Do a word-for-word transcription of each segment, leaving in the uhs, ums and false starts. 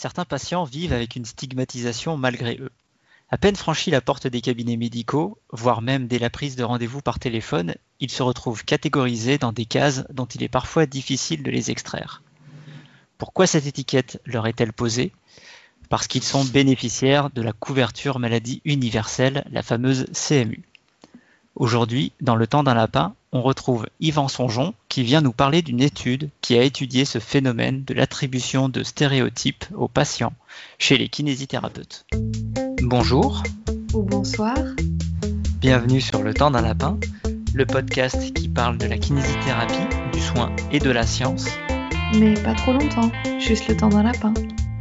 certains patients vivent avec une stigmatisation malgré eux. À peine franchi la porte des cabinets médicaux, voire même dès la prise de rendez-vous par téléphone, ils se retrouvent catégorisés dans des cases dont il est parfois difficile de les extraire. Pourquoi cette étiquette leur est-elle posée ? Parce qu'ils sont bénéficiaires de la couverture maladie universelle, la fameuse C M U. Aujourd'hui, dans Le Temps d'un lapin, on retrouve Yvan Songeon qui vient nous parler d'une étude qui a étudié ce phénomène de l'attribution de stéréotypes aux patients chez les kinésithérapeutes. Bonjour. Ou bonsoir. Bienvenue sur Le Temps d'un lapin, le podcast qui parle de la kinésithérapie, du soin et de la science. Mais pas trop longtemps, juste le temps d'un lapin.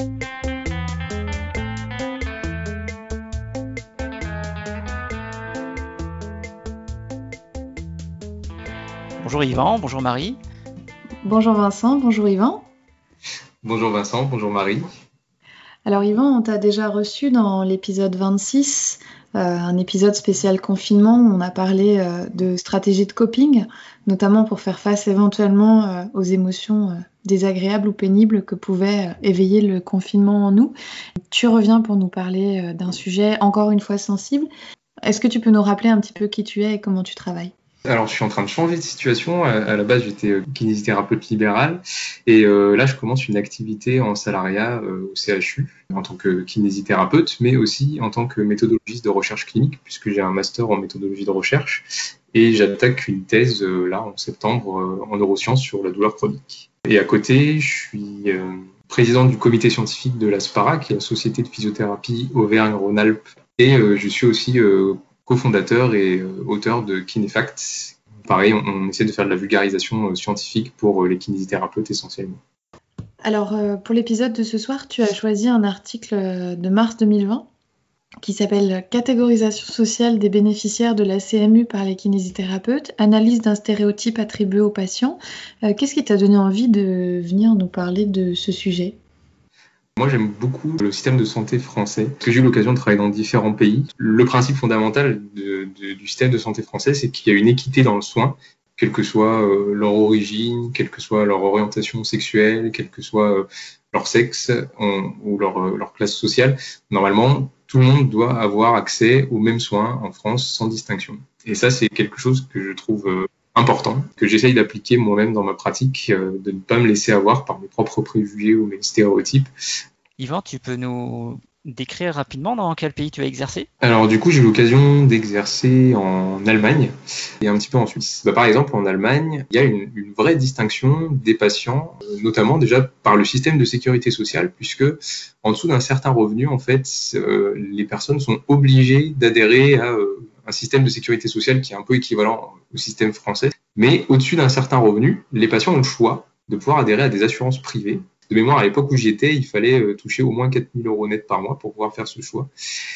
Bonjour Yvan, bonjour Marie. Bonjour Vincent, bonjour Yvan. Bonjour Vincent, bonjour Marie. Alors Yvan, on t'a déjà reçu dans l'épisode vingt-six, euh, un épisode spécial confinement où on a parlé euh, de stratégie de coping, notamment pour faire face éventuellement euh, aux émotions euh, désagréables ou pénibles que pouvait euh, éveiller le confinement en nous. Tu reviens pour nous parler euh, d'un sujet encore une fois sensible. Est-ce que tu peux nous rappeler un petit peu qui tu es et comment tu travailles ? Alors, je suis en train de changer de situation. À la base, j'étais kinésithérapeute libéral et euh, là, je commence une activité en salariat euh, au C H U en tant que kinésithérapeute, mais aussi en tant que méthodologiste de recherche clinique, puisque j'ai un master en méthodologie de recherche et j'attaque une thèse euh, là en septembre euh, en neurosciences sur la douleur chronique. Et à côté, je suis euh, président du comité scientifique de l'ASPARA, qui est la Société de physiothérapie Auvergne-Rhône-Alpes, et euh, je suis aussi euh, cofondateur et euh, auteur de Kinéfacts. Pareil, on, on essaie de faire de la vulgarisation euh, scientifique pour euh, les kinésithérapeutes essentiellement. Alors, euh, pour l'épisode de ce soir, tu as choisi un article de mars deux mille vingt qui s'appelle « Catégorisation sociale des bénéficiaires de la C M U par les kinésithérapeutes, analyse d'un stéréotype attribué aux patients ». Euh, qu'est-ce qui t'a donné envie de venir nous parler de ce sujet ? Moi, j'aime beaucoup le système de santé français, parce que j'ai eu l'occasion de travailler dans différents pays. Le principe fondamental de, de, du système de santé français, c'est qu'il y a une équité dans le soin, quelle que soit euh, leur origine, quelle que soit leur orientation sexuelle, quel que soit euh, leur sexe on, ou leur, euh, leur classe sociale. Normalement, tout le monde doit avoir accès aux mêmes soins en France sans distinction. Et ça, c'est quelque chose que je trouve euh, important, que j'essaye d'appliquer moi-même dans ma pratique, euh, de ne pas me laisser avoir par mes propres préjugés ou mes stéréotypes. Yvan, tu peux nous décrire rapidement dans quel pays tu as exercé ? Alors du coup, j'ai eu l'occasion d'exercer en Allemagne et un petit peu en Suisse. Bah, par exemple, en Allemagne, il y a une, une vraie distinction des patients, notamment déjà par le système de sécurité sociale, puisque en dessous d'un certain revenu, en fait, euh, les personnes sont obligées d'adhérer à euh, un système de sécurité sociale qui est un peu équivalent au système français. Mais au-dessus d'un certain revenu, les patients ont le choix de pouvoir adhérer à des assurances privées. De mémoire, à l'époque où j'y étais, il fallait euh, toucher au moins quatre mille euros net par mois pour pouvoir faire ce choix.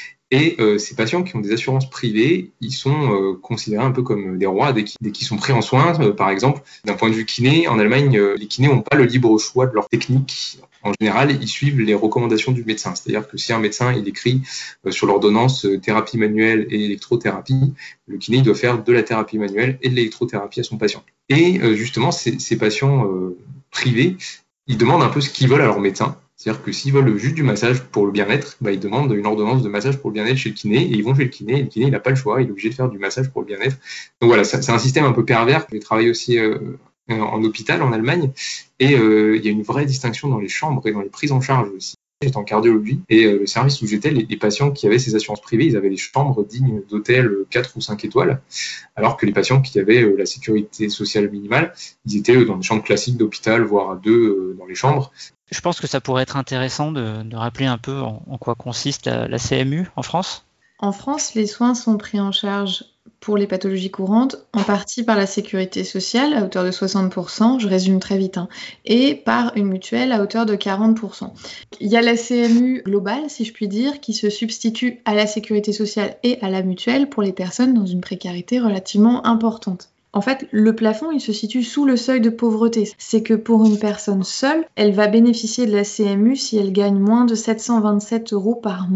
Et euh, ces patients qui ont des assurances privées, ils sont euh, considérés un peu comme des rois dès qu'ils, dès qu'ils sont pris en soin. Euh, par exemple, d'un point de vue kiné, en Allemagne, euh, les kinés n'ont pas le libre choix de leur technique. En général, ils suivent les recommandations du médecin. C'est-à-dire que si un médecin il écrit euh, sur l'ordonnance euh, thérapie manuelle et électrothérapie, le kiné il doit faire de la thérapie manuelle et de l'électrothérapie à son patient. Et euh, justement, ces, ces patients euh, privés, ils demandent un peu ce qu'ils veulent à leur médecin. C'est-à-dire que s'ils veulent juste du massage pour le bien-être, bah, ils demandent une ordonnance de massage pour le bien-être chez le kiné et ils vont chez le kiné et le kiné il n'a pas le choix, il est obligé de faire du massage pour le bien-être. Donc voilà, c'est un système un peu pervers. J'ai travaillé aussi euh, en hôpital en Allemagne et euh, il y a une vraie distinction dans les chambres et dans les prises en charge aussi. J'étais en cardiologie et euh, le service où j'étais, les, les patients qui avaient ces assurances privées, ils avaient des chambres dignes d'hôtels quatre ou cinq étoiles, alors que les patients qui avaient euh, la sécurité sociale minimale, ils étaient euh, dans des chambres classiques d'hôpital, voire à deux euh, dans les chambres. Je pense que ça pourrait être intéressant de, de rappeler un peu en, en quoi consiste la, la C M U en France. En France, les soins sont pris en charge pour les pathologies courantes, en partie par la sécurité sociale à hauteur de soixante pour cent, je résume très vite, hein, et par une mutuelle à hauteur de quarante pour cent. Il y a la C M U globale, si je puis dire, qui se substitue à la sécurité sociale et à la mutuelle pour les personnes dans une précarité relativement importante. En fait, le plafond, il se situe sous le seuil de pauvreté. C'est que pour une personne seule, elle va bénéficier de la C M U si elle gagne moins de sept cent vingt-sept euros par mois.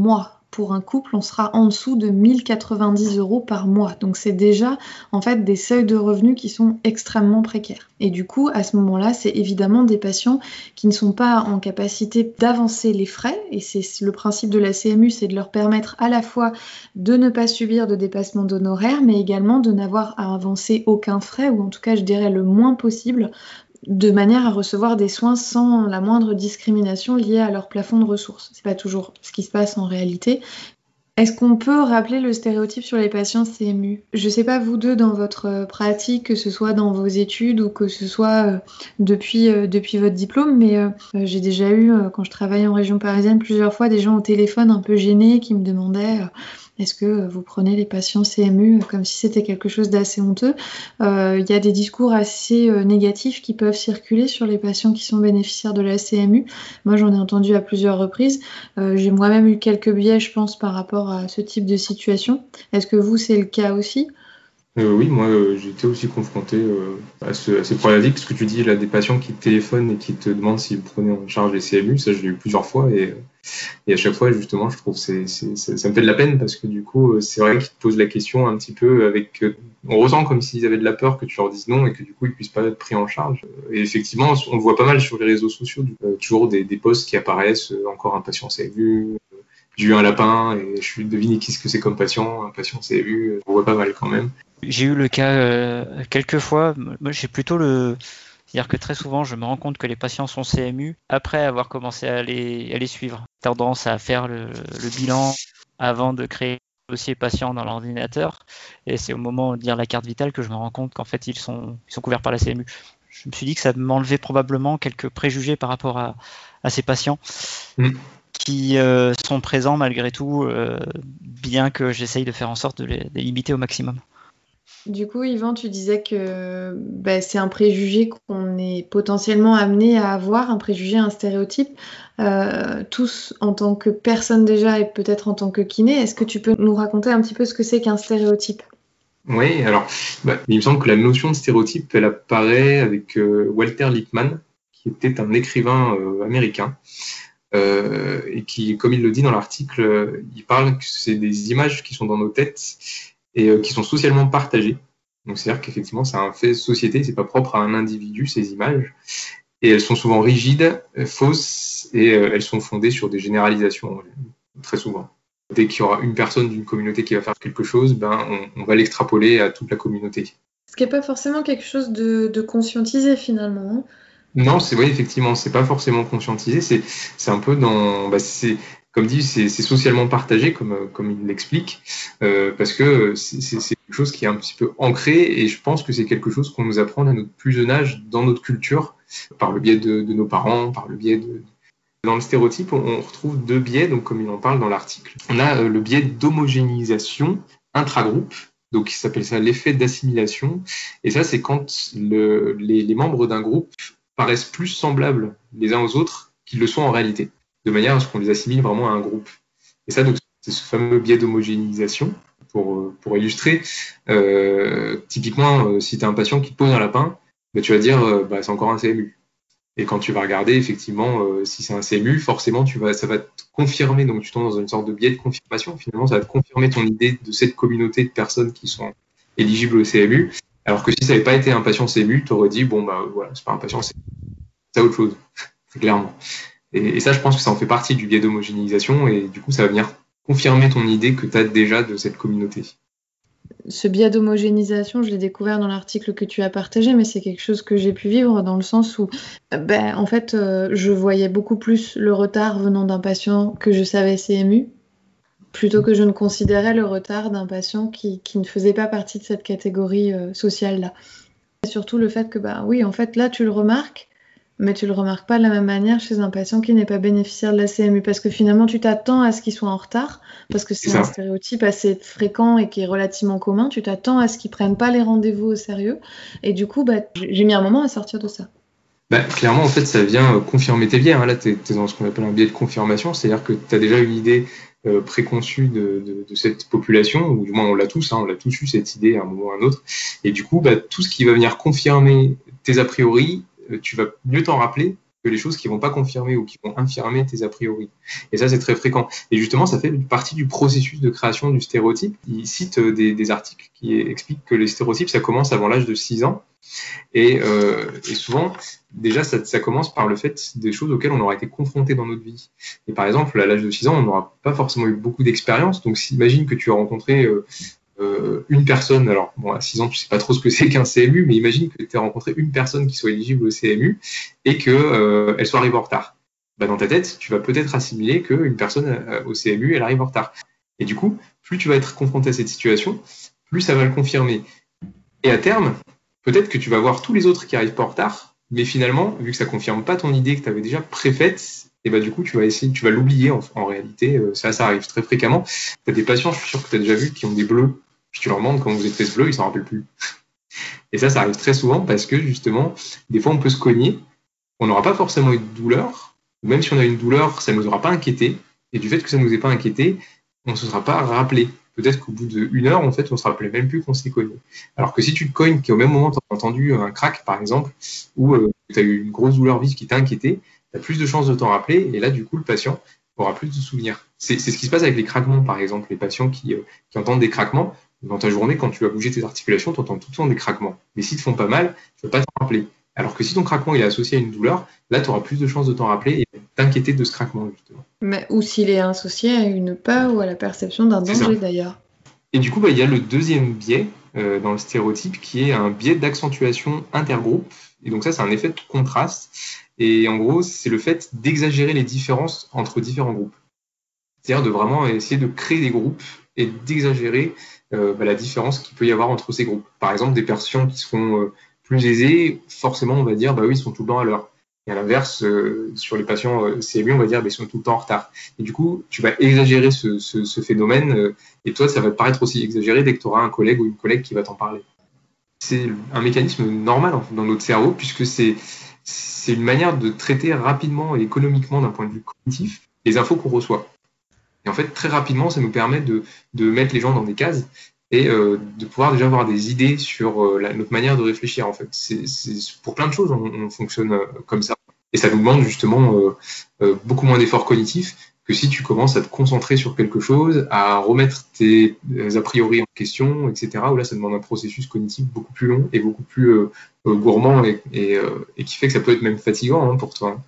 pour un couple, on sera en dessous de mille quatre-vingt-dix euros par mois. Donc c'est déjà en fait des seuils de revenus qui sont extrêmement précaires. Et du coup, à ce moment-là, c'est évidemment des patients qui ne sont pas en capacité d'avancer les frais. Et c'est le principe de la C M U, c'est de leur permettre à la fois de ne pas subir de dépassement d'honoraires, mais également de n'avoir à avancer aucun frais, ou en tout cas, je dirais le moins possible, de manière à recevoir des soins sans la moindre discrimination liée à leur plafond de ressources. C'est pas toujours ce qui se passe en réalité. Est-ce qu'on peut rappeler le stéréotype sur les patients C M U ? Je sais pas vous deux dans votre pratique, que ce soit dans vos études ou que ce soit euh, depuis, euh, depuis votre diplôme, mais euh, j'ai déjà eu, euh, quand je travaillais en région parisienne, plusieurs fois des gens au téléphone un peu gênés qui me demandaient euh, est-ce que vous prenez les patients C M U comme si c'était quelque chose d'assez honteux ? Euh, Il y a des discours assez euh, négatifs qui peuvent circuler sur les patients qui sont bénéficiaires de la C M U. Moi, j'en ai entendu à plusieurs reprises. Euh, j'ai moi-même eu quelques biais, je pense, par rapport à ce type de situation. Est-ce que vous, c'est le cas aussi ? Euh, oui, moi euh, j'ai été aussi confronté euh, à, ce, à ces problématiques, parce que tu dis là des patients qui te téléphonent et qui te demandent s'ils prenaient en charge les C M U, ça je l'ai eu plusieurs fois et, et à chaque fois justement je trouve que c'est, c'est, ça, ça me fait de la peine, parce que du coup c'est vrai qu'ils te posent la question un petit peu avec, euh, on ressent comme s'ils avaient de la peur que tu leur dises non et que du coup ils puissent pas être pris en charge. Et effectivement on le voit pas mal sur les réseaux sociaux, euh, toujours des, des posts qui apparaissent, euh, encore un patient C M U, euh, j'ai eu un lapin et je suis deviné qu'est-ce que c'est comme patient, un patient C M U, on voit pas mal quand même. J'ai eu le cas euh, quelques fois. Moi, j'ai plutôt le. C'est-à-dire que très souvent, je me rends compte que les patients sont C M U après avoir commencé à les, à les suivre. Tendance à faire le, le bilan avant de créer le dossier patient dans l'ordinateur. Et c'est au moment de lire la carte vitale que je me rends compte qu'en fait, ils sont, ils sont couverts par la C M U. Je me suis dit que ça m'enlevait probablement quelques préjugés par rapport à, à ces patients. Mmh. qui euh, sont présents malgré tout, euh, bien que j'essaye de faire en sorte de les, de les limiter au maximum. Du coup, Yvan, tu disais que bah, c'est un préjugé qu'on est potentiellement amené à avoir, un préjugé, un stéréotype, euh, tous en tant que personne déjà et peut-être en tant que kiné. Est-ce que tu peux nous raconter un petit peu ce que c'est qu'un stéréotype ? Oui, alors, bah, il me semble que la notion de stéréotype, elle apparaît avec euh, Walter Lippmann, qui était un écrivain euh, américain, euh, et qui, comme il le dit dans l'article, euh, il parle que c'est des images qui sont dans nos têtes et euh, qui sont socialement partagées. Donc, c'est-à-dire qu'effectivement, c'est un fait de société, c'est pas propre à un individu, ces images. Et elles sont souvent rigides, euh, fausses, et euh, elles sont fondées sur des généralisations, très souvent. Dès qu'il y aura une personne d'une communauté qui va faire quelque chose, ben, on, on va l'extrapoler à toute la communauté. Ce qui n'est pas forcément quelque chose de, de conscientisé, finalement. Hein. Non, c'est vrai, effectivement, c'est pas forcément conscientisé, c'est, c'est un peu dans... Bah, c'est, comme dit, c'est, c'est socialement partagé, comme, comme il l'explique, euh, parce que c'est, c'est, c'est quelque chose qui est un petit peu ancré, et je pense que c'est quelque chose qu'on nous apprend à notre plus jeune âge dans notre culture, par le biais de, de nos parents, par le biais de... Dans le stéréotype, on retrouve deux biais, donc comme il en parle dans l'article. On a le biais d'homogénéisation intragroupe, donc il s'appelle ça l'effet d'assimilation, et ça c'est quand le, les, les membres d'un groupe paraissent plus semblables les uns aux autres qu'ils le sont en réalité, de manière à ce qu'on les assimile vraiment à un groupe. Et ça, donc, c'est ce fameux biais d'homogénéisation. Pour, pour illustrer, euh, typiquement, euh, si tu as un patient qui te pose un lapin, bah, tu vas dire euh, bah, c'est encore un C M U. Et quand tu vas regarder, effectivement, euh, si c'est un C M U, forcément, tu vas, ça va te confirmer. Donc, tu tombes dans une sorte de biais de confirmation. Finalement, ça va te confirmer ton idée de cette communauté de personnes qui sont éligibles au C M U. Alors que si ça n'avait pas été un patient C M U, tu aurais dit, bon, bah voilà, c'est pas un patient C M U. C'est autre chose, clairement. Et, et ça, je pense que ça en fait partie du biais d'homogénéisation. Et du coup, ça va venir confirmer ton idée que tu as déjà de cette communauté. Ce biais d'homogénéisation, je l'ai découvert dans l'article que tu as partagé, mais c'est quelque chose que j'ai pu vivre dans le sens où, ben, en fait, euh, je voyais beaucoup plus le retard venant d'un patient que je savais C M U, plutôt que je ne considérais le retard d'un patient qui, qui ne faisait pas partie de cette catégorie euh, sociale-là. Et surtout le fait que, bah oui, en fait, là, tu le remarques, mais tu le remarques pas de la même manière chez un patient qui n'est pas bénéficiaire de la C M U, parce que finalement tu t'attends à ce qu'il soit en retard, parce que c'est, c'est un stéréotype assez fréquent et qui est relativement commun, tu t'attends à ce qu'ils prennent pas les rendez-vous au sérieux, et du coup bah, j'ai mis un moment à sortir de ça. Bah, clairement en fait ça vient confirmer tes biais, hein. Là tu es dans ce qu'on appelle un biais de confirmation, c'est-à-dire que tu as déjà une idée euh, préconçue de, de, de cette population, ou du moins on l'a tous, hein, on l'a tous eu cette idée à un moment ou à un autre, et du coup bah, tout ce qui va venir confirmer tes a priori, tu vas mieux t'en rappeler que les choses qui vont pas confirmer ou qui vont infirmer tes a priori. Et ça, c'est très fréquent. Et justement, ça fait partie du processus de création du stéréotype. Il cite des, des articles qui expliquent que les stéréotypes, ça commence avant l'âge de six ans. Et, euh, et souvent, déjà, ça, ça commence par le fait des choses auxquelles on aura été confronté dans notre vie. Et par exemple, à l'âge de six ans, on n'aura pas forcément eu beaucoup d'expérience. Donc, imagine que tu as rencontré euh, euh, une personne. Alors, bon, à six ans, tu sais pas trop ce que c'est qu'un C M U, mais imagine que tu as rencontré une personne qui soit éligible au C M U et qu'elle euh, soit arrivée en retard. Bah, dans ta tête, tu vas peut-être assimiler qu'une personne euh, au C M U, elle arrive en retard. Et du coup, plus tu vas être confronté à cette situation, plus ça va le confirmer. Et à terme, peut-être que tu vas voir tous les autres qui arrivent pas en retard, mais finalement, vu que ça confirme pas ton idée que tu avais déjà préfaite, et bah du coup, tu vas essayer, tu vas l'oublier en, en réalité. Euh, ça, ça arrive très fréquemment. Tu as des patients, je suis sûr que tu as déjà vu, qui ont des bleus. Puis tu leur demandes comment vous êtes fait ce bleu, ils s'en rappellent plus. Et ça, ça arrive très souvent parce que justement, des fois, on peut se cogner. On n'aura pas forcément eu de douleur. Même si on a une douleur, ça ne nous aura pas inquiété. Et du fait que ça ne nous ait pas inquiété, on ne se sera pas rappelé. Peut-être qu'au bout d'une heure, en fait, on ne se rappelait même plus qu'on s'est cogné. Alors que si tu te cognes, qu'au même moment, tu as entendu un crack, par exemple, ou euh, tu as eu une grosse douleur vive qui t'a inquiété, tu as plus de chances de t'en rappeler. Et là, du coup, le patient aura plus de souvenirs. C'est, c'est ce qui se passe avec les craquements, par exemple. Les patients qui, euh, qui entendent des craquements, dans ta journée, quand tu vas bouger tes articulations, tu entends tout le temps des craquements. Mais s'ils te font pas mal, tu vas pas t'en rappeler. Alors que si ton craquement il est associé à une douleur, là, tu auras plus de chances de t'en rappeler et t'inquiéter de ce craquement, justement. Mais, ou s'il est associé à une peur ou à la perception d'un danger, d'ailleurs. Et du coup, bah, il y a le deuxième biais euh, dans le stéréotype qui est un biais d'accentuation intergroupe. Et donc ça, c'est un effet de contraste. Et en gros, c'est le fait d'exagérer les différences entre différents groupes. C'est-à-dire de vraiment essayer de créer des groupes et d'exagérer euh, bah, la différence qu'il peut y avoir entre ces groupes. Par exemple, des patients qui seront euh, plus aisés, forcément, on va dire, bah oui, ils sont tout le temps à l'heure. Et à l'inverse, euh, sur les patients euh, C M U, on va dire, bah, ils sont tout le temps en retard. Et du coup, tu vas exagérer ce, ce, ce phénomène, euh, et toi, ça va te paraître aussi exagéré dès que tu auras un collègue ou une collègue qui va t'en parler. C'est un mécanisme normal en fait, dans notre cerveau, puisque c'est, c'est une manière de traiter rapidement et économiquement, d'un point de vue cognitif, les infos qu'on reçoit. Et en fait, très rapidement, ça nous permet de, de mettre les gens dans des cases et euh, de pouvoir déjà avoir des idées sur euh, la, notre manière de réfléchir. En fait, c'est, c'est, pour plein de choses, on, on fonctionne euh, comme ça. Et ça nous demande justement euh, euh, beaucoup moins d'efforts cognitifs que si tu commences à te concentrer sur quelque chose, à remettre tes euh, a priori en question, et cetera. Où là, ça demande un processus cognitif beaucoup plus long et beaucoup plus euh, euh, gourmand et, et, euh, et qui fait que ça peut être même fatigant hein, pour toi.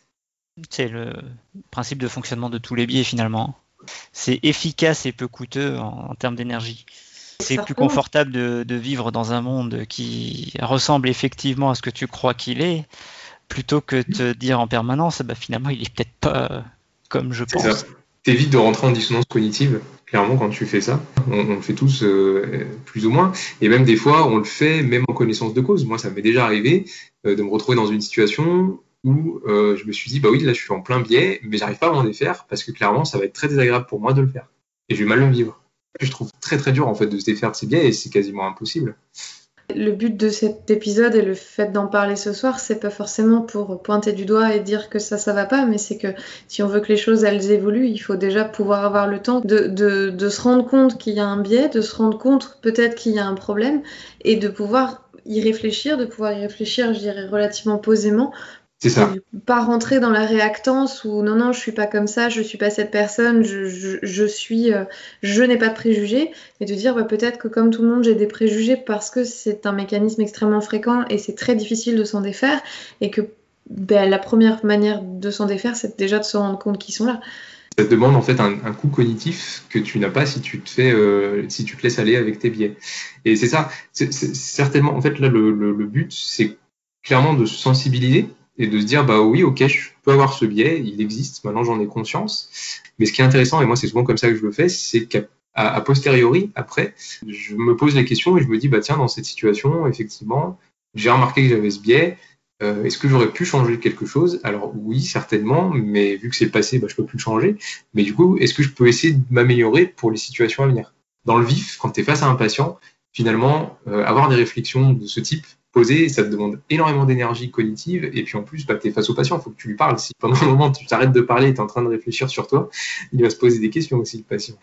C'est le principe de fonctionnement de tous les biais finalement. C'est efficace et peu coûteux en, en termes d'énergie. C'est plus confortable de, de vivre dans un monde qui ressemble effectivement à ce que tu crois qu'il est, plutôt que de te dire en permanence, bah, finalement, il est peut-être pas comme je c'est pense. Ça. T'évites de rentrer en dissonance cognitive, clairement, quand tu fais ça. On, on le fait tous euh, plus ou moins. Et même des fois, on le fait même en connaissance de cause. Moi, ça m'est déjà arrivé euh, de me retrouver dans une situation où euh, je me suis dit, bah oui, là, je suis en plein biais, mais j'arrive pas à m'en défaire parce que clairement, ça va être très désagréable pour moi de le faire. Et je vais mal le vivre. Je trouve très très dur en fait de se défaire de ces biais et c'est quasiment impossible. Le but de cet épisode et le fait d'en parler ce soir, c'est pas forcément pour pointer du doigt et dire que ça, ça va pas, mais c'est que si on veut que les choses, elles évoluent, il faut déjà pouvoir avoir le temps de, de, de se rendre compte qu'il y a un biais, de se rendre compte peut-être qu'il y a un problème et de pouvoir y réfléchir, de pouvoir y réfléchir, je dirais, relativement posément. C'est ça. Pas rentrer dans la réactance où non, non, je suis pas comme ça, je suis pas cette personne, je, je, je suis, euh, je n'ai pas de préjugés, mais de dire bah, peut-être que comme tout le monde, j'ai des préjugés parce que c'est un mécanisme extrêmement fréquent et c'est très difficile de s'en défaire et que bah, la première manière de s'en défaire, c'est déjà de se rendre compte qu'ils sont là. Ça te demande en fait un, un coût cognitif que tu n'as pas si tu te fais, euh, si tu te laisses aller avec tes biais. Et c'est ça, c'est, c'est certainement, en fait là, le, le, le but, c'est clairement de se sensibiliser et de se dire, bah oui, ok, je peux avoir ce biais, il existe, maintenant j'en ai conscience. Mais ce qui est intéressant, et moi c'est souvent comme ça que je le fais, c'est qu'à à posteriori, après, je me pose les questions et je me dis, bah tiens, dans cette situation, effectivement, j'ai remarqué que j'avais ce biais, euh, est-ce que j'aurais pu changer quelque chose ? Alors oui, certainement, mais vu que c'est le passé, bah, je peux plus le changer. Mais du coup, est-ce que je peux essayer de m'améliorer pour les situations à venir ? Dans le vif, quand tu es face à un patient, finalement, euh, avoir des réflexions de ce type, poser, ça te demande énormément d'énergie cognitive, et puis en plus, bah, tu es face au patient, il faut que tu lui parles. Si pendant un moment, tu t'arrêtes de parler et tu es en train de réfléchir sur toi, il va se poser des questions aussi, le patient.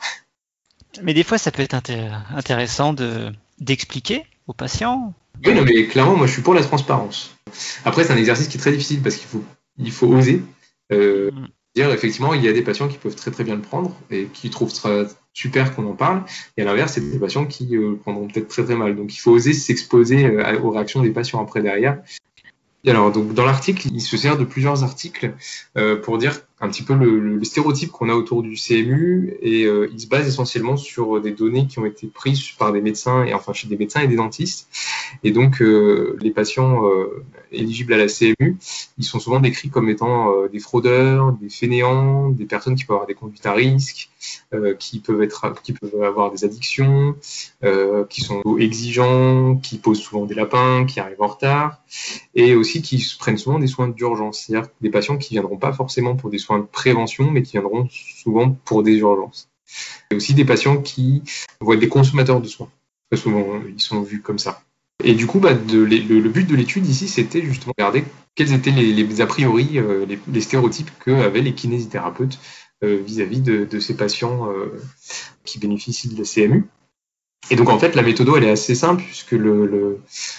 Mais des fois, ça peut être intér- intéressant de, d'expliquer aux patients. Oui, non, mais clairement, moi, je suis pour la transparence. Après, c'est un exercice qui est très difficile, parce qu'il faut, il faut oser euh, mmh. dire effectivement, il y a des patients qui peuvent très très bien le prendre et qui trouvent ça super qu'on en parle, et à l'inverse, c'est des patients qui euh, prendront peut-être très très mal. Donc il faut oser s'exposer euh, aux réactions des patients après derrière. Et alors, donc, dans l'article, il se sert de plusieurs articles euh, pour dire un petit peu le, le, le stéréotype qu'on a autour du C M U, et euh, il se base essentiellement sur des données qui ont été prises par des médecins, et enfin chez des médecins et des dentistes. Et donc, euh, les patients euh, éligibles à la C M U, ils sont souvent décrits comme étant euh, des fraudeurs, des fainéants, des personnes qui peuvent avoir des conduites à risque, euh, qui peuvent être, qui peuvent avoir des addictions, euh, qui sont exigeants, qui posent souvent des lapins, qui arrivent en retard, et aussi qui prennent souvent des soins d'urgence, c'est-à-dire des patients qui viendront pas forcément pour des soins de prévention, mais qui viendront souvent pour des urgences. Et aussi des patients qui vont être des consommateurs de soins. Très souvent, ils sont vus comme ça. Et du coup, bah, de, le, le but de l'étude ici, c'était justement de regarder quels étaient les, les a priori, euh, les, les stéréotypes qu'avaient les kinésithérapeutes euh, vis-à-vis de, de ces patients euh, qui bénéficient de la C M U. Et donc, en fait, la méthode, elle est assez simple, puisque le, le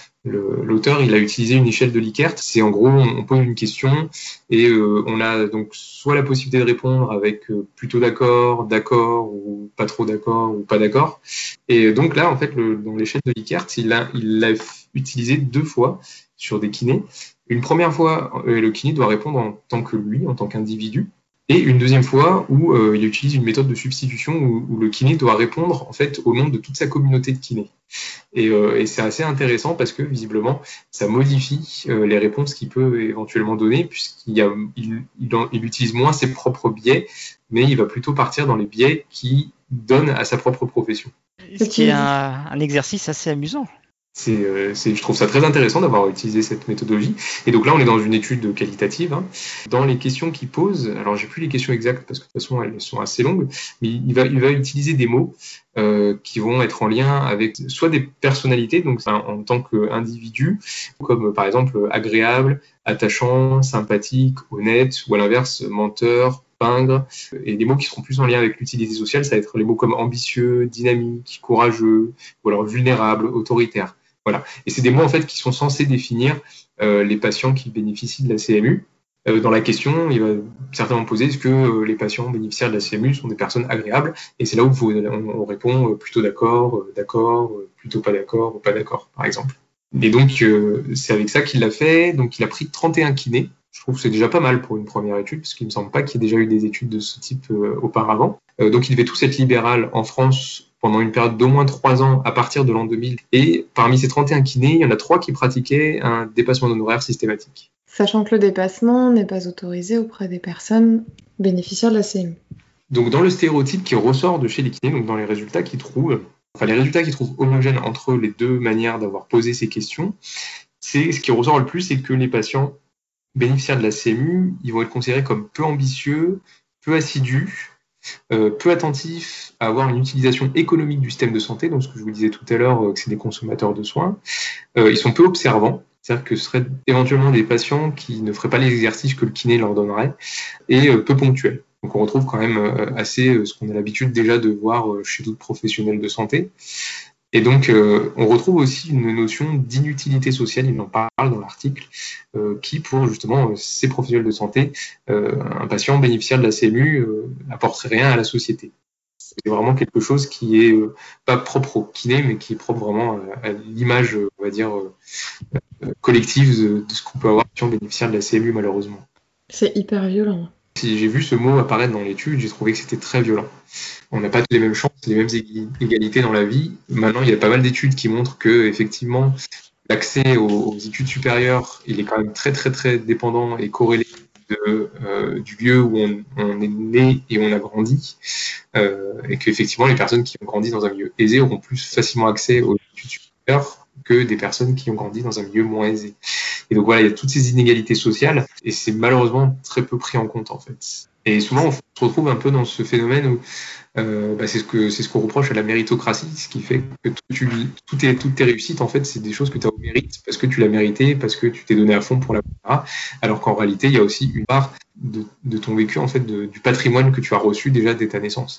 Le, l'auteur, il a utilisé une échelle de Likert. C'est en gros, on pose une question et euh, on a donc soit la possibilité de répondre avec euh, plutôt d'accord, d'accord ou pas trop d'accord ou pas d'accord. Et donc là, en fait, le, dans l'échelle de Likert, il l'a il l'a utilisé deux fois sur des kinés. Une première fois, euh, le kiné doit répondre en tant que lui, en tant qu'individu. Et une deuxième fois où euh, il utilise une méthode de substitution où, où le kiné doit répondre en fait au nom de toute sa communauté de kinés. Et, euh, et c'est assez intéressant parce que visiblement ça modifie euh, les réponses qu'il peut éventuellement donner, puisqu'il y a, il, il, il utilise moins ses propres biais, mais il va plutôt partir dans les biais qui donnent à sa propre profession. Ce qui est un, un exercice assez amusant. C'est, euh, c'est, je trouve ça très intéressant d'avoir utilisé cette méthodologie. Et donc là, on est dans une étude qualitative. Hein. Dans les questions qu'il pose, alors j'ai plus les questions exactes parce que de toute façon elles sont assez longues, mais il va, il va utiliser des mots euh, qui vont être en lien avec soit des personnalités, donc en, en tant qu'individu, comme par exemple agréable, attachant, sympathique, honnête, ou à l'inverse menteur, pingre, et des mots qui seront plus en lien avec l'utilité sociale, ça va être les mots comme ambitieux, dynamique, courageux, ou alors vulnérable, autoritaire. Voilà. Et c'est des mots en fait qui sont censés définir euh, les patients qui bénéficient de la C M U. Euh, dans la question, il va certainement poser est-ce que euh, les patients bénéficiaires de la C M U sont des personnes agréables ? Et c'est là où vous, on, on répond euh, plutôt d'accord, euh, d'accord, euh, plutôt pas d'accord ou pas d'accord, par exemple. Et donc euh, c'est avec ça qu'il l'a fait. Donc il a pris trente et un kinés. Je trouve que c'est déjà pas mal pour une première étude, parce qu'il me semble pas qu'il y ait déjà eu des études de ce type euh, auparavant. Euh, donc il devait tous être libéral en France pendant une période d'au moins trois ans à partir de l'an deux mille. Et parmi ces trente et un kinés, il y en a trois qui pratiquaient un dépassement d'honoraires systématique. Sachant que le dépassement n'est pas autorisé auprès des personnes bénéficiaires de la C M U. Donc dans le stéréotype qui ressort de chez les kinés, donc dans les résultats qu'ils trouvent, enfin les résultats qu'ils trouvent homogènes entre les deux manières d'avoir posé ces questions, c'est ce qui ressort le plus, c'est que les patients bénéficiaires de la C M U, ils vont être considérés comme peu ambitieux, peu assidus, euh, peu attentifs à avoir une utilisation économique du système de santé, donc ce que je vous disais tout à l'heure, euh, que c'est des consommateurs de soins. Euh, ils sont peu observants, c'est-à-dire que ce seraient éventuellement des patients qui ne feraient pas les exercices que le kiné leur donnerait, et euh, peu ponctuels. Donc on retrouve quand même euh, assez euh, ce qu'on a l'habitude déjà de voir euh, chez d'autres professionnels de santé. Et donc, euh, on retrouve aussi une notion d'inutilité sociale, il en parle dans l'article, euh, qui, pour justement euh, ces professionnels de santé, euh, un patient bénéficiaire de la C M U euh, n'apporterait rien à la société. C'est vraiment quelque chose qui est euh, pas propre au kiné, mais qui est propre vraiment à, à l'image, on va dire, euh, euh, collective de, de ce qu'on peut avoir patient bénéficiaire de la C M U, malheureusement. C'est hyper violent. Si j'ai vu ce mot apparaître dans l'étude, j'ai trouvé que c'était très violent. On n'a pas les mêmes chances, les mêmes égalités dans la vie. Maintenant, il y a pas mal d'études qui montrent que, effectivement, l'accès aux, aux études supérieures, il est quand même très, très, très dépendant et corrélé de, euh, du lieu où on, on est né et on a grandi. Euh, et qu'effectivement, les personnes qui ont grandi dans un milieu aisé auront plus facilement accès aux études supérieures que des personnes qui ont grandi dans un milieu moins aisé. Et donc voilà, il y a toutes ces inégalités sociales et c'est malheureusement très peu pris en compte en fait. Et souvent, on se retrouve un peu dans ce phénomène où euh, bah, c'est ce que c'est ce qu'on reproche à la méritocratie, ce qui fait que tu, tout est, toutes tes réussites en fait, c'est des choses que tu as au mérite parce que tu l'as mérité, parce que tu t'es donné à fond pour la part. Alors qu'en réalité, il y a aussi une part de, de ton vécu en fait, de, du patrimoine que tu as reçu déjà dès ta naissance,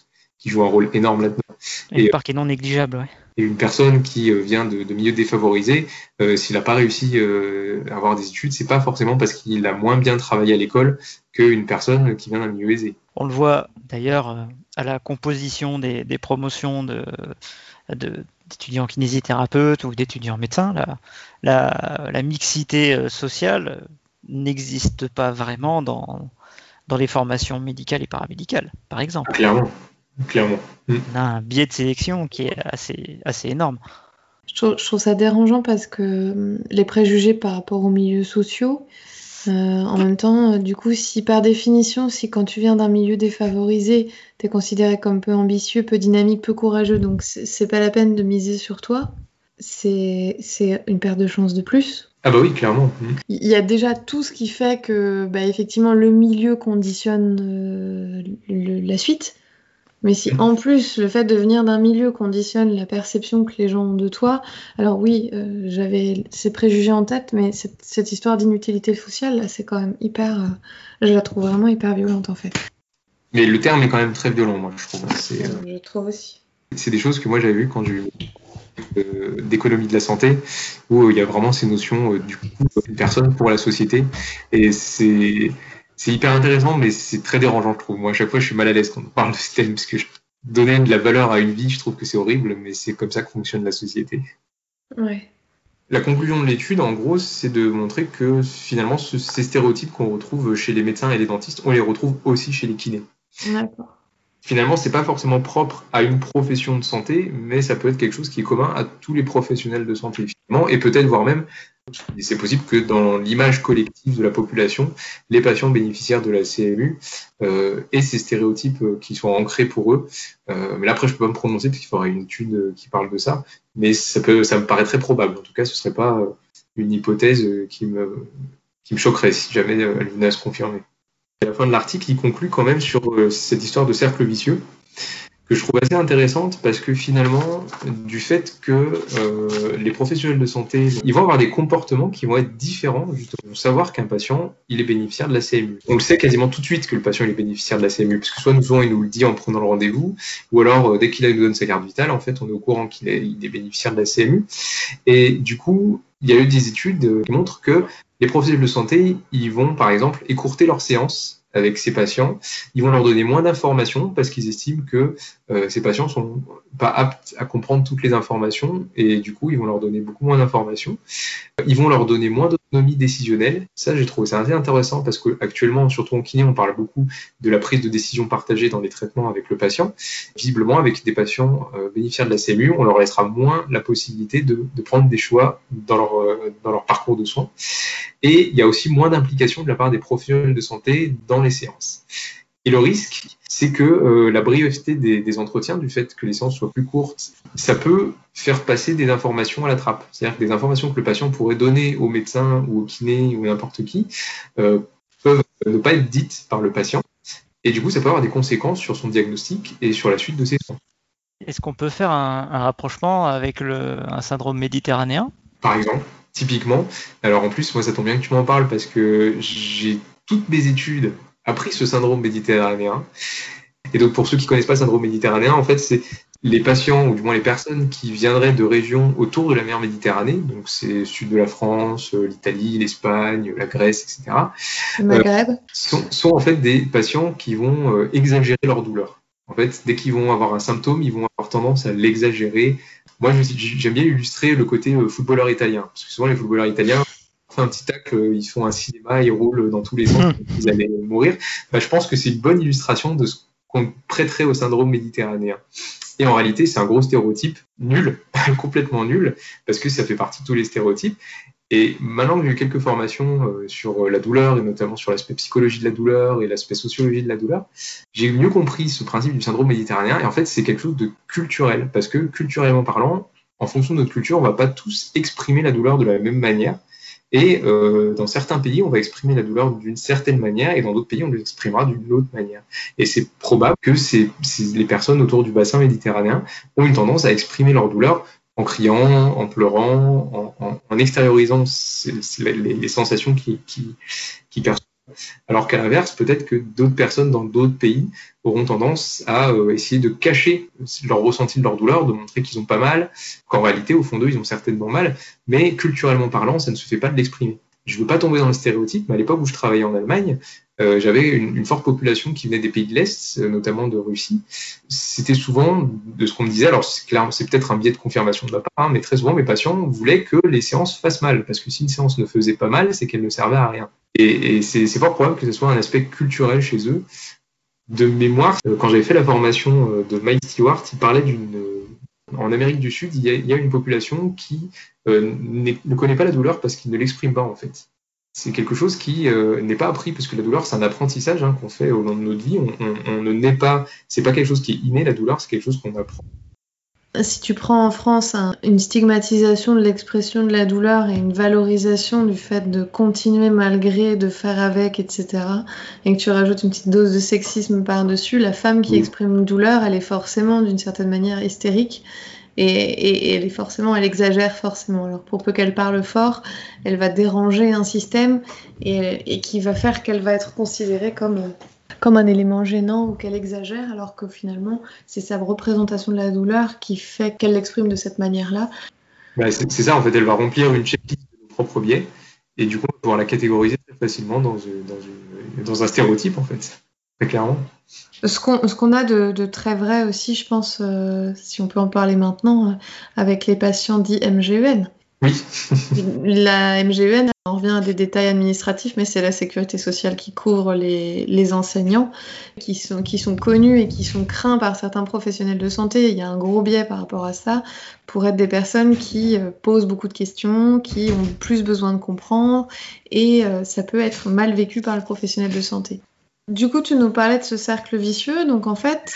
qui joue un rôle énorme là-dedans. Et, et une part qui est non négligeable, ouais. Et une personne qui euh, vient de, de milieux défavorisés, euh, s'il n'a pas réussi euh, à avoir des études, c'est pas forcément parce qu'il a moins bien travaillé à l'école qu'une personne qui vient d'un milieu aisé. On le voit d'ailleurs euh, à la composition des, des promotions de, de, d'étudiants kinésithérapeutes ou d'étudiants médecins. La, la, la mixité sociale n'existe pas vraiment dans, dans les formations médicales et paramédicales, par exemple. Clairement. Clairement. On a un biais de sélection qui est assez, assez énorme. Je trouve, je trouve ça dérangeant parce que les préjugés par rapport aux milieux sociaux, euh, en même temps, du coup, si par définition, si quand tu viens d'un milieu défavorisé, tu es considéré comme peu ambitieux, peu dynamique, peu courageux, donc c'est, c'est pas la peine de miser sur toi, c'est, c'est une perte de chance de plus. Ah bah oui, clairement. Il y a déjà tout ce qui fait que, bah, effectivement, le milieu conditionne euh, le, la suite. Mais si en plus le fait de venir d'un milieu conditionne la perception que les gens ont de toi, alors oui, euh, j'avais ces préjugés en tête, mais cette, cette histoire d'inutilité sociale, là, c'est quand même hyper, euh, je la trouve vraiment hyper violente en fait. Mais le terme est quand même très violent, moi, je trouve. C'est, euh, je trouve aussi. C'est des choses que moi j'avais vues quand j'ai eu euh, d'économie de la santé, où euh, il y a vraiment ces notions euh, du coup, une personne pour la société, et c'est C'est hyper intéressant, mais c'est très dérangeant, je trouve. Moi, à chaque fois, je suis mal à l'aise quand on parle de ce thème, parce que je... donner de la valeur à une vie, je trouve que c'est horrible, mais c'est comme ça que fonctionne la société. Ouais. La conclusion de l'étude, en gros, c'est de montrer que finalement, ce, ces stéréotypes qu'on retrouve chez les médecins et les dentistes, on les retrouve aussi chez les kinés. D'accord. Finalement, c'est pas forcément propre à une profession de santé, mais ça peut être quelque chose qui est commun à tous les professionnels de santé, finalement, et peut-être voire même, c'est possible que dans l'image collective de la population, les patients bénéficiaires de la C M U euh, aient ces stéréotypes euh, qui sont ancrés pour eux. Euh, mais là, après, je peux pas me prononcer parce qu'il faudrait une étude euh, qui parle de ça, mais ça peut, ça me paraît très probable. En tout cas, ce serait pas euh, une hypothèse euh, qui me, qui me choquerait si jamais euh, elle venait à se confirmer. À la fin de l'article, il conclut quand même sur euh, cette histoire de cercle vicieux, que je trouve assez intéressante parce que finalement, du fait que euh, les professionnels de santé, ils vont avoir des comportements qui vont être différents, justement, pour savoir qu'un patient, il est bénéficiaire de la C M U. On le sait quasiment tout de suite que le patient il est bénéficiaire de la C M U, parce que soit nous, souvent, il nous le dit en prenant le rendez-vous, ou alors, euh, dès qu'il nous donne sa carte vitale, en fait, on est au courant qu'il est, il est bénéficiaire de la C M U. Et du coup, il y a eu des études qui montrent que les professionnels de santé, ils vont, par exemple, écourter leurs séances avec ces patients, ils vont leur donner moins d'informations parce qu'ils estiment que euh, ces patients sont pas aptes à comprendre toutes les informations et du coup, ils vont leur donner beaucoup moins d'informations. Ils vont leur donner moins d'autonomie décisionnelle. Ça, j'ai trouvé ça assez intéressant parce qu'actuellement, surtout en kiné, on parle beaucoup de la prise de décision partagée dans les traitements avec le patient. Visiblement, avec des patients euh, bénéficiaires de la C M U, on leur laissera moins la possibilité de, de prendre des choix dans leur, euh, dans leur parcours de soins. Et il y a aussi moins d'implication de la part des professionnels de santé dans les séances. Et le risque, c'est que euh, la brièveté des, des entretiens, du fait que les séances soient plus courtes, ça peut faire passer des informations à la trappe. C'est-à-dire que des informations que le patient pourrait donner au médecin ou au kiné ou n'importe qui euh, peuvent ne pas être dites par le patient. Et du coup, ça peut avoir des conséquences sur son diagnostic et sur la suite de ses soins. Est-ce qu'on peut faire un, un rapprochement avec le, un syndrome méditerranéen ? Par exemple, typiquement. Alors en plus, moi, ça tombe bien que tu m'en parles parce que j'ai toutes mes études appris ce syndrome méditerranéen. Et donc, pour ceux qui ne connaissent pas le syndrome méditerranéen, en fait, c'est les patients, ou du moins les personnes qui viendraient de régions autour de la mer Méditerranée, donc c'est sud de la France, l'Italie, l'Espagne, la Grèce, et cetera, Le Maghreb. euh, sont, sont en fait des patients qui vont euh, exagérer leur douleur. En fait, dès qu'ils vont avoir un symptôme, ils vont avoir tendance à l'exagérer. Moi, j'aime bien illustrer le côté euh, footballeur italien, parce que souvent les footballeurs italiens, un petit tacle, ils font un cinéma, ils roulent dans tous les sens, ils allaient mourir. Bah, je pense que c'est une bonne illustration de ce qu'on prêterait au syndrome méditerranéen. Et en réalité, c'est un gros stéréotype nul, complètement nul, parce que ça fait partie de tous les stéréotypes. Et maintenant que j'ai eu quelques formations euh, sur la douleur, et notamment sur l'aspect psychologie de la douleur et l'aspect sociologie de la douleur, j'ai mieux compris ce principe du syndrome méditerranéen. Et en fait, c'est quelque chose de culturel, parce que culturellement parlant, en fonction de notre culture, on ne va pas tous exprimer la douleur de la même manière. Et euh, dans certains pays, on va exprimer la douleur d'une certaine manière, et dans d'autres pays, on l'exprimera d'une autre manière. Et c'est probable que c'est, c'est les personnes autour du bassin méditerranéen ont une tendance à exprimer leur douleur en criant, en pleurant, en, en, en extériorisant ces, ces, les, les sensations qui, qui, qui perçoivent. alors qu'à l'inverse, peut-être que d'autres personnes dans d'autres pays auront tendance à euh, essayer de cacher leur ressenti de leur douleur, de montrer qu'ils ont pas mal, qu'en réalité, au fond d'eux, ils ont certainement mal, mais culturellement parlant, ça ne se fait pas de l'exprimer. Je ne veux pas tomber dans le stéréotype, mais à l'époque où je travaillais en Allemagne, euh, j'avais une, une forte population qui venait des pays de l'Est, euh, notamment de Russie. C'était souvent de ce qu'on me disait, alors c'est, clair, c'est peut-être un biais de confirmation de ma part, mais très souvent mes patients voulaient que les séances fassent mal, parce que si une séance ne faisait pas mal, c'est qu'elle ne servait à rien. Et, et c'est, c'est fort probable que ce soit un aspect culturel chez eux. De mémoire, euh, quand j'avais fait la formation euh, de Mike Stewart, il parlait d'une... Euh, en Amérique du Sud, il y a, il y a une population qui euh, ne connaît pas la douleur parce qu'il ne l'exprime pas, en fait. C'est quelque chose qui euh, n'est pas appris, parce que la douleur, c'est un apprentissage hein, qu'on fait au long de notre vie. On, on, on ne naît pas, c'est pas quelque chose qui est inné, la douleur, c'est quelque chose qu'on apprend. Si tu prends en France un, une stigmatisation de l'expression de la douleur et une valorisation du fait de continuer malgré, de faire avec, et cetera, et que tu rajoutes une petite dose de sexisme par-dessus, la femme qui oui. exprime une douleur, elle est forcément d'une certaine manière hystérique. Et, et, et elle est forcément, elle exagère forcément. Alors pour peu qu'elle parle fort, elle va déranger un système et, et qui va faire qu'elle va être considérée comme, comme un élément gênant ou qu'elle exagère, alors que finalement c'est sa représentation de la douleur qui fait qu'elle l'exprime de cette manière-là. Bah c'est, c'est ça en fait, elle va remplir une checklist de nos propres biais et du coup on va pouvoir la catégoriser très facilement dans, une, dans, une, dans un stéréotype en fait, très clairement. Ce qu'on, ce qu'on a de, de très vrai aussi, je pense, euh, si on peut en parler maintenant, euh, avec les patients dits M G E N. Oui. La M G E N, on revient à des détails administratifs, mais c'est la sécurité sociale qui couvre les, les enseignants, qui sont, qui sont connus et qui sont craints par certains professionnels de santé. Il y a un gros biais par rapport à ça, pour être des personnes qui euh, posent beaucoup de questions, qui ont plus besoin de comprendre, et euh, ça peut être mal vécu par le professionnel de santé. Du coup, tu nous parlais de ce cercle vicieux, donc en fait...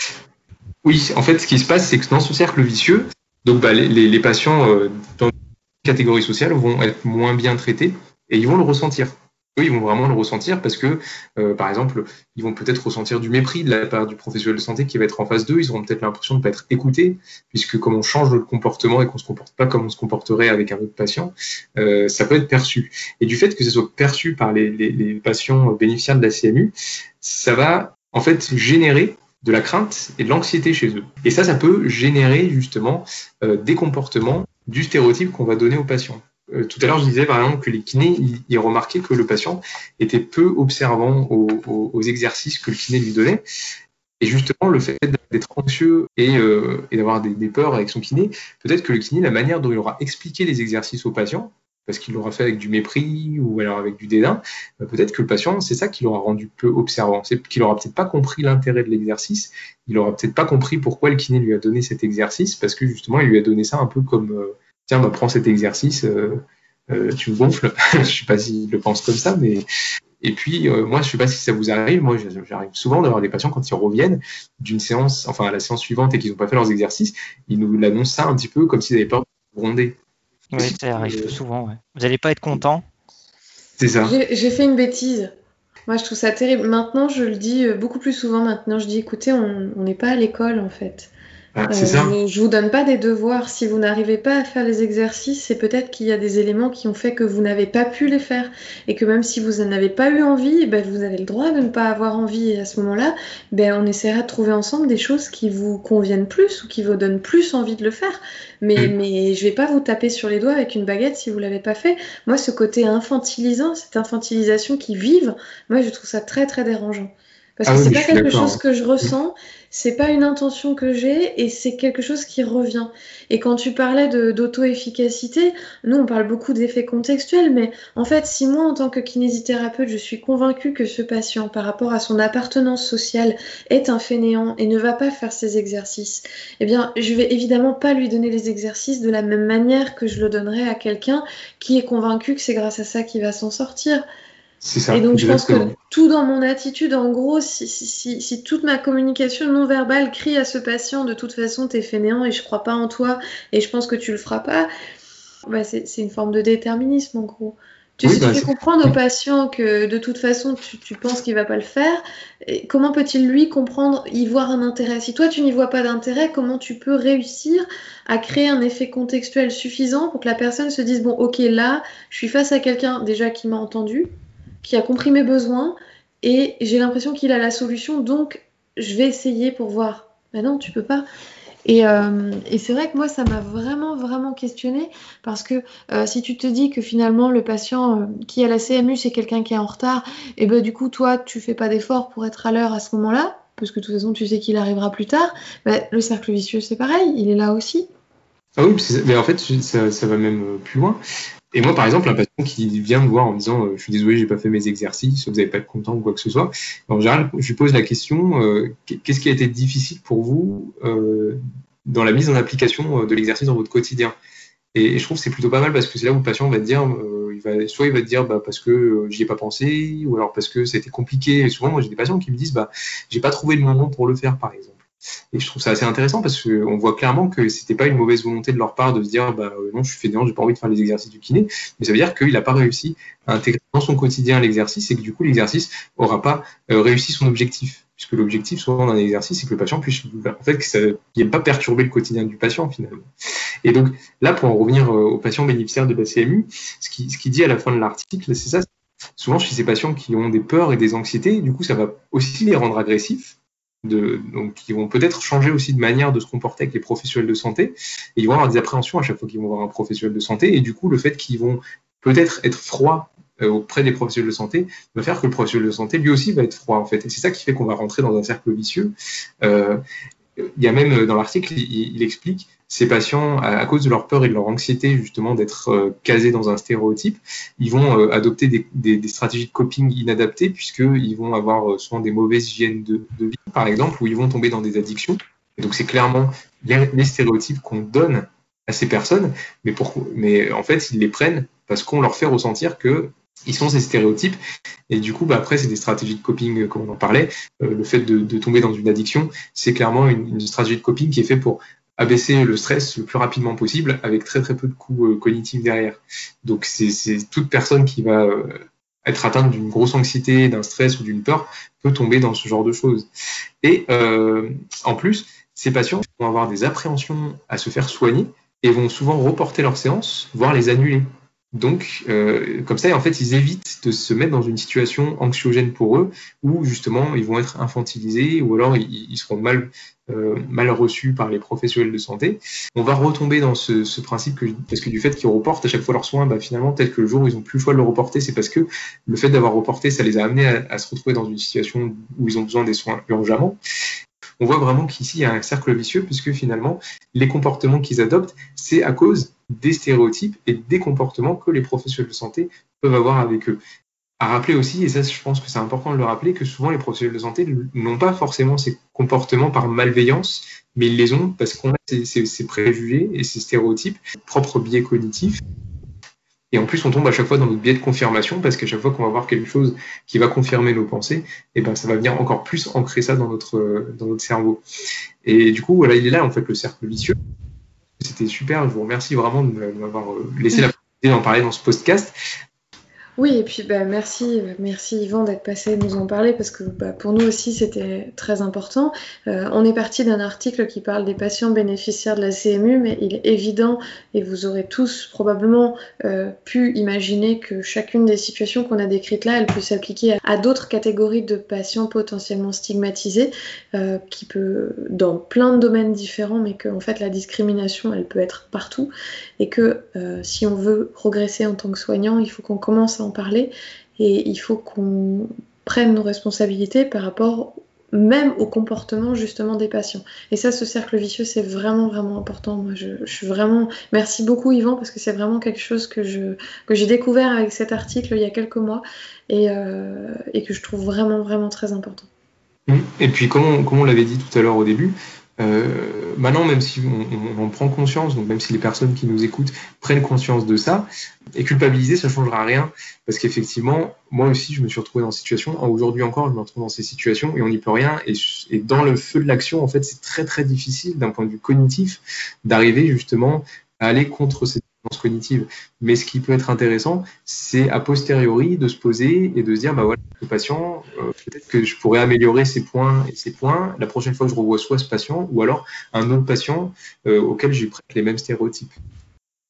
Oui, en fait, ce qui se passe, c'est que dans ce cercle vicieux, donc, bah, les, les patients euh, dans une catégorie sociale vont être moins bien traités et ils vont le ressentir. Eux, ils vont vraiment le ressentir parce que, euh, par exemple, ils vont peut-être ressentir du mépris de la part du professionnel de santé qui va être en face d'eux. Ils auront peut-être l'impression de ne pas être écoutés, puisque comme on change notre comportement et qu'on ne se comporte pas comme on se comporterait avec un autre patient, euh, ça peut être perçu. Et du fait que ce soit perçu par les, les, les patients bénéficiaires de la C M U, ça va en fait générer de la crainte et de l'anxiété chez eux. Et ça, ça peut générer justement euh, des comportements du stéréotype qu'on va donner aux patients. Euh, tout à l'heure, je disais par exemple que les kinés, ils, ils remarquaient que le patient était peu observant aux, aux, aux exercices que le kiné lui donnait. Et justement, le fait d'être anxieux et, euh, et d'avoir des, des peurs avec son kiné, peut-être que le kiné, la manière dont il aura expliqué les exercices au patient, parce qu'il l'aura fait avec du mépris ou alors avec du dédain, bah peut-être que le patient, c'est ça qui l'aura rendu peu observant. C'est qu'il n'aura peut-être pas compris l'intérêt de l'exercice, il n'aura peut-être pas compris pourquoi le kiné lui a donné cet exercice, parce que justement, il lui a donné ça un peu comme euh, « tiens, bah, prends cet exercice, euh, euh, tu me gonfles ». Je ne sais pas s'il le pense comme ça, mais... Et puis, euh, moi, je ne sais pas si ça vous arrive, moi, j'arrive souvent d'avoir des patients, quand ils reviennent d'une séance, enfin, à la séance suivante et qu'ils n'ont pas fait leurs exercices, ils nous l'annoncent ça un petit peu comme s'ils avaient peur de gronder. Oui, ça arrive euh... souvent, ouais. Vous n'allez pas être content. C'est ça. J'ai, j'ai fait une bêtise. Moi, je trouve ça terrible. Maintenant, je le dis beaucoup plus souvent. Maintenant, je dis, écoutez, on n'est pas à l'école, en fait. Ah, c'est euh, ça. Je vous donne pas des devoirs. Si vous n'arrivez pas à faire les exercices, c'est peut-être qu'il y a des éléments qui ont fait que vous n'avez pas pu les faire. Et que même si vous n'avez pas eu envie, ben, vous avez le droit de ne pas avoir envie. Et à ce moment-là, ben, on essaiera de trouver ensemble des choses qui vous conviennent plus ou qui vous donnent plus envie de le faire. Mais, mmh. mais je vais pas vous taper sur les doigts avec une baguette si vous l'avez pas fait. Moi, ce côté infantilisant, cette infantilisation qui vive, moi, je trouve ça très, très dérangeant. Parce que ah oui, c'est pas quelque chose que je ressens, c'est pas une intention que j'ai et c'est quelque chose qui revient. Et quand tu parlais de, d'auto-efficacité, nous on parle beaucoup d'effets contextuels, mais en fait si moi en tant que kinésithérapeute je suis convaincue que ce patient par rapport à son appartenance sociale est un fainéant et ne va pas faire ses exercices, eh bien je vais évidemment pas lui donner les exercices de la même manière que je le donnerais à quelqu'un qui est convaincu que c'est grâce à ça qu'il va s'en sortir. C'est ça, et donc exactement. Je pense que tout dans mon attitude, en gros, si, si, si, si toute ma communication non verbale crie à ce patient de toute façon t'es fainéant et je crois pas en toi et je pense que tu le feras pas, bah c'est, c'est une forme de déterminisme en gros. Tu, oui, si bah, tu fais comprendre au patient que de toute façon tu, tu penses qu'il va pas le faire, et comment peut-il lui comprendre, y voir un intérêt? Si toi tu n'y vois pas d'intérêt, comment tu peux réussir à créer un effet contextuel suffisant pour que la personne se dise bon ok là je suis face à quelqu'un déjà qui m'a entendu, qui a compris mes besoins et j'ai l'impression qu'il a la solution, donc je vais essayer pour voir. Ben non, tu peux pas. Et, euh, et c'est vrai que moi, ça m'a vraiment, vraiment questionnée parce que euh, si tu te dis que finalement, le patient euh, qui a la C M U, c'est quelqu'un qui est en retard, et ben du coup, toi, tu fais pas d'effort pour être à l'heure à ce moment-là, parce que de toute façon, tu sais qu'il arrivera plus tard, ben, le cercle vicieux, c'est pareil, il est là aussi. Ah oui, mais en fait, ça, ça va même plus loin. Et moi, par exemple, un patient qui vient me voir en disant euh, « je suis désolé, j'ai pas fait mes exercices, vous n'avez pas être content ou quoi que ce soit », en général, je lui pose la question euh, « qu'est-ce qui a été difficile pour vous euh, dans la mise en application de l'exercice dans votre quotidien ?» et, et je trouve que c'est plutôt pas mal parce que c'est là où le patient va te dire euh, il va, soit il va te dire bah, parce que euh, j'y ai pas pensé, ou alors parce que c'était compliqué. Et souvent, moi, j'ai des patients qui me disent bah, « j'ai pas trouvé le moment pour le faire », par exemple. Et je trouve ça assez intéressant parce qu'on voit clairement que c'était pas une mauvaise volonté de leur part de se dire bah euh, non, je suis fainéant, j'ai pas envie de faire les exercices du kiné, mais ça veut dire qu'il n'a pas réussi à intégrer dans son quotidien l'exercice et que du coup l'exercice aura pas euh, réussi son objectif. Puisque l'objectif souvent d'un exercice, c'est que le patient puisse, en fait, que ça n'ait pas perturbé le quotidien du patient finalement. Et donc là, pour en revenir euh, aux patients bénéficiaires de la C M U, ce qui, ce qui dit à la fin de l'article, c'est ça. Souvent chez ces patients qui ont des peurs et des anxiétés, du coup, ça va aussi les rendre agressifs. De, donc, qui vont peut-être changer aussi de manière de se comporter avec les professionnels de santé, et ils vont avoir des appréhensions à chaque fois qu'ils vont voir un professionnel de santé, et du coup, le fait qu'ils vont peut-être être froids euh, auprès des professionnels de santé va faire que le professionnel de santé, lui aussi, va être froid, en fait. Et c'est ça qui fait qu'on va rentrer dans un cercle vicieux. Euh, il y a même, dans l'article, il, il explique ces patients, à, à cause de leur peur et de leur anxiété, justement, d'être euh, casés dans un stéréotype, ils vont euh, adopter des, des, des stratégies de coping inadaptées, puisqu'ils vont avoir euh, souvent des mauvaises hygiènes de, de vie, par exemple, où ils vont tomber dans des addictions. Et donc, c'est clairement les, les stéréotypes qu'on donne à ces personnes, mais, pour, mais en fait, ils les prennent parce qu'on leur fait ressentir que ils sont ces stéréotypes, et du coup, bah, après, c'est des stratégies de coping, comme on en parlait. Euh, le fait de, de tomber dans une addiction, c'est clairement une, une stratégie de coping qui est faite pour abaisser le stress le plus rapidement possible, avec très très peu de coûts euh, cognitifs derrière. Donc, c'est, c'est toute personne qui va euh, être atteinte d'une grosse anxiété, d'un stress ou d'une peur peut tomber dans ce genre de choses. Et euh, en plus, ces patients vont avoir des appréhensions à se faire soigner et vont souvent reporter leurs séances, voire les annuler. Donc, euh, comme ça, en fait, ils évitent de se mettre dans une situation anxiogène pour eux, où justement, ils vont être infantilisés, ou alors ils, ils seront mal, euh, mal reçus par les professionnels de santé. On va retomber dans ce, ce principe que, parce que du fait qu'ils reportent à chaque fois leurs soins, bah, finalement, peut-être que le jour où ils n'ont plus le choix de le reporter, c'est parce que le fait d'avoir reporté, ça les a amenés à, à se retrouver dans une situation où ils ont besoin des soins urgemment. On voit vraiment qu'ici, il y a un cercle vicieux, puisque finalement, les comportements qu'ils adoptent, c'est à cause des stéréotypes et des comportements que les professionnels de santé peuvent avoir avec eux. À rappeler aussi, et ça je pense que c'est important de le rappeler, que souvent les professionnels de santé n'ont pas forcément ces comportements par malveillance, mais ils les ont parce qu'on a ces, ces, ces préjugés et ces stéréotypes, propres biais cognitifs. Et en plus, on tombe à chaque fois dans notre biais de confirmation, parce qu'à chaque fois qu'on va voir quelque chose qui va confirmer nos pensées, et ben ça va venir encore plus ancrer ça dans notre, dans notre cerveau. Et du coup, voilà, il est là en fait le cercle vicieux. C'était super, je vous remercie vraiment de m'avoir laissé la possibilité d'en parler dans ce podcast. Oui, et puis bah, merci, merci Yvan d'être passé nous en parler parce que bah, pour nous aussi c'était très important. Euh, on est parti d'un article qui parle des patients bénéficiaires de la C M U, mais il est évident, et vous aurez tous probablement euh, pu imaginer que chacune des situations qu'on a décrites là, elle peut s'appliquer à, à d'autres catégories de patients potentiellement stigmatisés, euh, qui peut dans plein de domaines différents, mais que en fait la discrimination elle peut être partout, et que euh, si on veut progresser en tant que soignant, il faut qu'on commence à en parler et il faut qu'on prenne nos responsabilités par rapport même au comportement justement des patients. Et ça, ce cercle vicieux, c'est vraiment vraiment important. Moi, je, je suis vraiment... Merci beaucoup Yvan, parce que c'est vraiment quelque chose que, je, que j'ai découvert avec cet article il y a quelques mois et, euh, et que je trouve vraiment vraiment très important. Et puis, comme on, comme on l'avait dit tout à l'heure au début, Euh, maintenant, même si on, on en prend conscience, donc même si les personnes qui nous écoutent prennent conscience de ça, et culpabiliser, ça ne changera rien, parce qu'effectivement, moi aussi, je me suis retrouvé dans cette situation. Aujourd'hui encore, je me retrouve dans ces situations et on n'y peut rien. Et, et dans le feu de l'action, en fait, c'est très très difficile d'un point de vue cognitif d'arriver justement à aller contre ces tendances cognitives. Mais ce qui peut être intéressant, c'est a posteriori de se poser et de se dire, bah voilà, le patient, euh, peut-être que je pourrais améliorer ces points et ces points la prochaine fois que je revois soit ce patient ou alors un autre patient euh, auquel je prête les mêmes stéréotypes.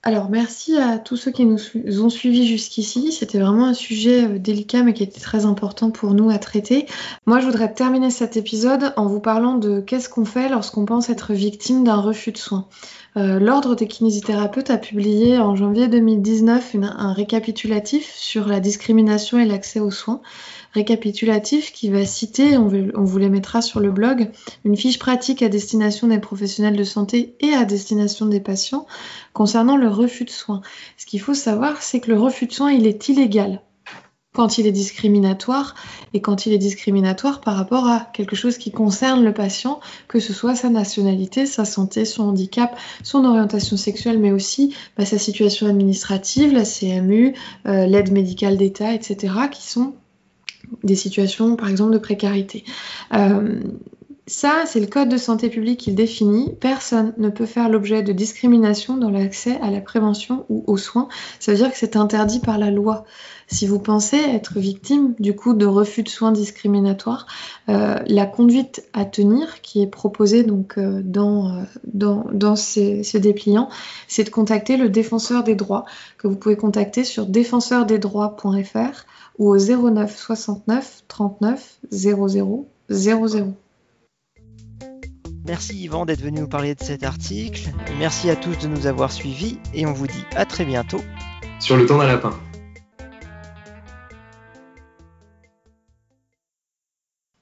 Alors, merci à tous ceux qui nous su- ont suivis jusqu'ici. C'était vraiment un sujet euh, délicat, mais qui était très important pour nous à traiter. Moi, je voudrais terminer cet épisode en vous parlant de qu'est-ce qu'on fait lorsqu'on pense être victime d'un refus de soins. Euh, L'Ordre des kinésithérapeutes a publié en janvier deux mille dix-neuf une- un récapitulatif sur la discrimination et l'accès aux soins. Récapitulatif qui va citer, on, veut- on vous les mettra sur le blog, une fiche pratique à destination des professionnels de santé et à destination des patients concernant le refus de soins. Ce qu'il faut savoir, c'est que le refus de soins, il est illégal quand il est discriminatoire et quand il est discriminatoire par rapport à quelque chose qui concerne le patient, que ce soit sa nationalité, sa santé, son handicap, son orientation sexuelle, mais aussi bah, sa situation administrative, la C M U, euh, l'aide médicale d'État, et cetera, qui sont des situations, par exemple, de précarité. Euh, Ça, c'est le Code de santé publique qui le définit. Personne ne peut faire l'objet de discrimination dans l'accès à la prévention ou aux soins. Ça veut dire que c'est interdit par la loi. Si vous pensez être victime du coup de refus de soins discriminatoires, euh, la conduite à tenir qui est proposée donc euh, dans, euh, dans, dans ces, ce dépliant, c'est de contacter le défenseur des droits que vous pouvez contacter sur défenseur des droits point f r ou au zéro neuf soixante-neuf trente-neuf zéro zéro zéro zéro. Merci Yvan d'être venu nous parler de cet article. Merci à tous de nous avoir suivis et on vous dit à très bientôt Sur le temps d'un lapin.